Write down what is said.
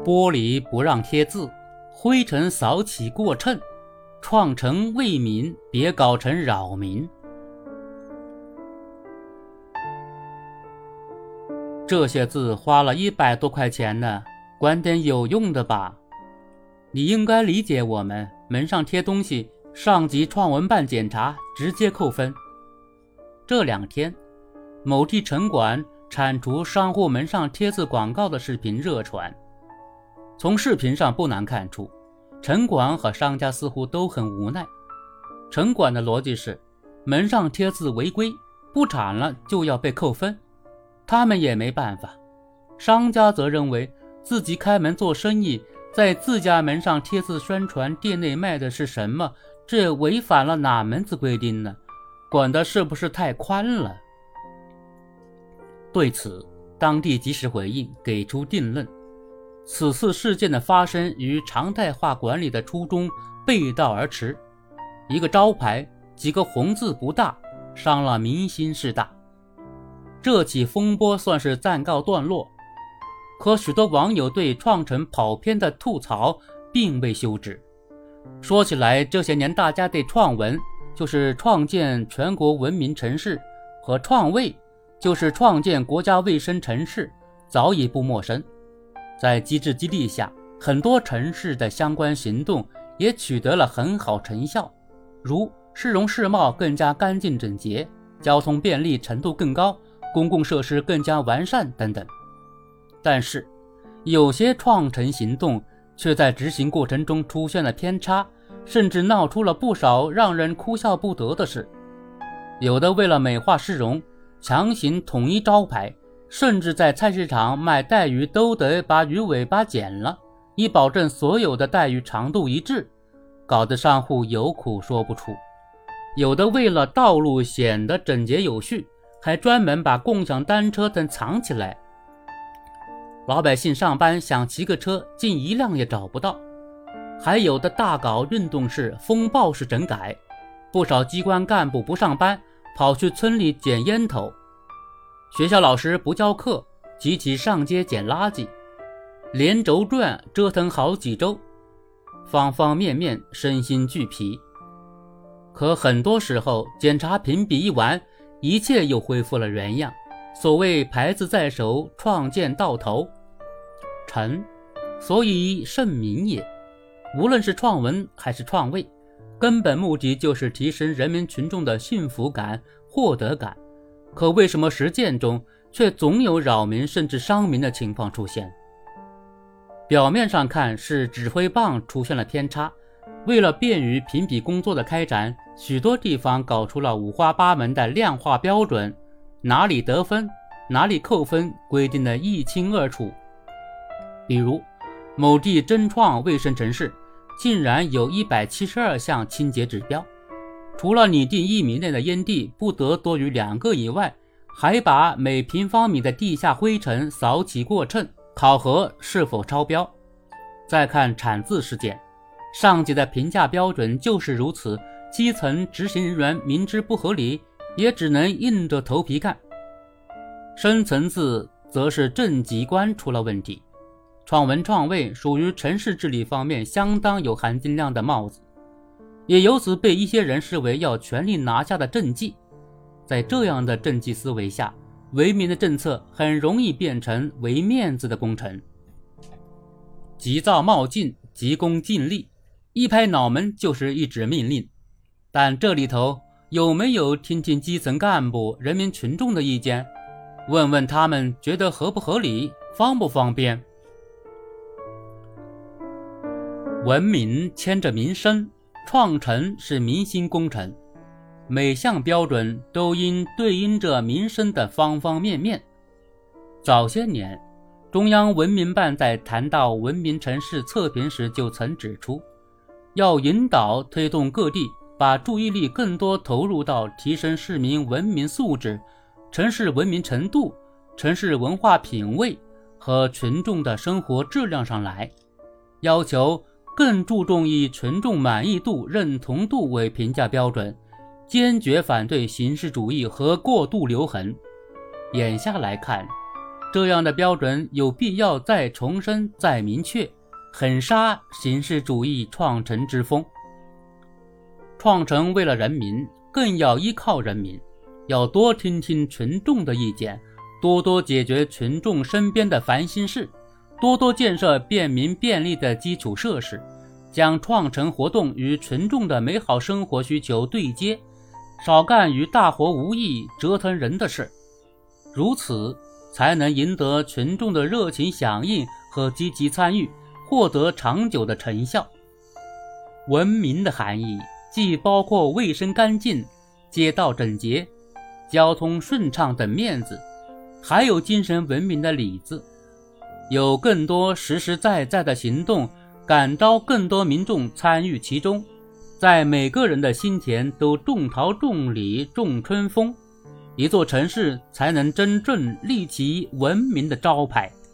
玻璃不让贴字，灰尘扫起过秤，创成为民，别搞成扰民。这些字花了100多块钱呢，管点有用的吧。你应该理解我们，门上贴东西，上级创文办检查，直接扣分。这2天，某地城管铲除商户门上贴字广告的视频热传。从视频上不难看出，城管和商家似乎都很无奈。城管的逻辑是，门上贴字违规，不铲了就要被扣分，他们也没办法。商家则认为自己开门做生意，在自家门上贴字宣传店内卖的是什么，这违反了哪门子规定呢？管的是不是太宽了？对此，当地及时回应，给出定论。此次事件的发生与常态化管理的初衷背道而驰。一个招牌，几个红字不大，伤了民心是大。这起风波算是暂告段落，可许多网友对创城跑偏的吐槽并未休止。说起来，这些年大家对创文，就是创建全国文明城市，和创卫，就是创建国家卫生城市，早已不陌生。在机制激励下，很多城市的相关行动也取得了很好成效，如市容市貌更加干净整洁，交通便利程度更高，公共设施更加完善等等。但是有些创城行动却在执行过程中出现了偏差，甚至闹出了不少让人哭笑不得的事。有的为了美化市容，强行统一招牌，甚至在菜市场卖带鱼都得把鱼尾巴剪了，以保证所有的带鱼长度一致，搞得商户有苦说不出。有的为了道路显得整洁有序，还专门把共享单车等藏起来，老百姓上班想骑个车，近1辆也找不到。还有的大搞运动式、风暴式整改，不少机关干部不上班，跑去村里捡烟头；学校老师不教课，集体上街捡垃圾，连轴转折腾好几周，方方面面身心俱疲。可很多时候，检查评比一完，一切又恢复了原样。所谓牌子在手，创建到头。诚，所以圣明也。无论是创文还是创卫，根本目的就是提升人民群众的幸福感、获得感。可为什么实践中却总有扰民甚至伤民的情况出现？表面上看是指挥棒出现了偏差，为了便于评比工作的开展，许多地方搞出了五花八门的量化标准，哪里得分，哪里扣分，规定得一清二楚。比如某地真创卫生城市竟然有172项清洁指标，除了拟定1米内的烟蒂不得多于2个以外，还把每平方米的地下灰尘扫起过秤，考核是否超标。再看产字事件，上级的评价标准就是如此，基层执行人员明知不合理，也只能硬着头皮干。深层次则是政绩观出了问题。创文创卫属于城市治理方面相当有含金量的帽子，也由此被一些人视为要全力拿下的政绩。在这样的政绩思维下，为民的政策很容易变成为面子的工程。急躁冒进，急功近利，一拍脑门就是一纸命令。但这里头有没有听听基层干部、人民群众的意见，问问他们觉得合不合理，方不方便？文明牵着民生，创城是民心工程，每项标准都应对应着民生的方方面面。早些年，中央文明办在谈到文明城市测评时就曾指出，要引导推动各地把注意力更多投入到提升市民文明素质、城市文明程度、城市文化品位和群众的生活质量上来，要求更注重以群众满意度、认同度为评价标准，坚决反对形式主义和过度留痕。眼下来看， 这样的标准有必要再重申再明确，狠杀形式主义创城之风。创城为了人民，更要依靠人民，要多听听群众的意见，多多解决群众身边的烦心事，多多建设便民便利的基础设施，将创城活动与群众的美好生活需求对接，少干与大活无益折腾人的事，如此才能赢得群众的热情响应和积极参与，获得长久的成效。文明的含义既包括卫生干净、街道整洁、交通顺畅等面子，还有精神文明的里字，有更多实实在在的行动，感召更多民众参与其中，在每个人的心田都种桃种李种春风，一座城市才能真正立起文明的招牌。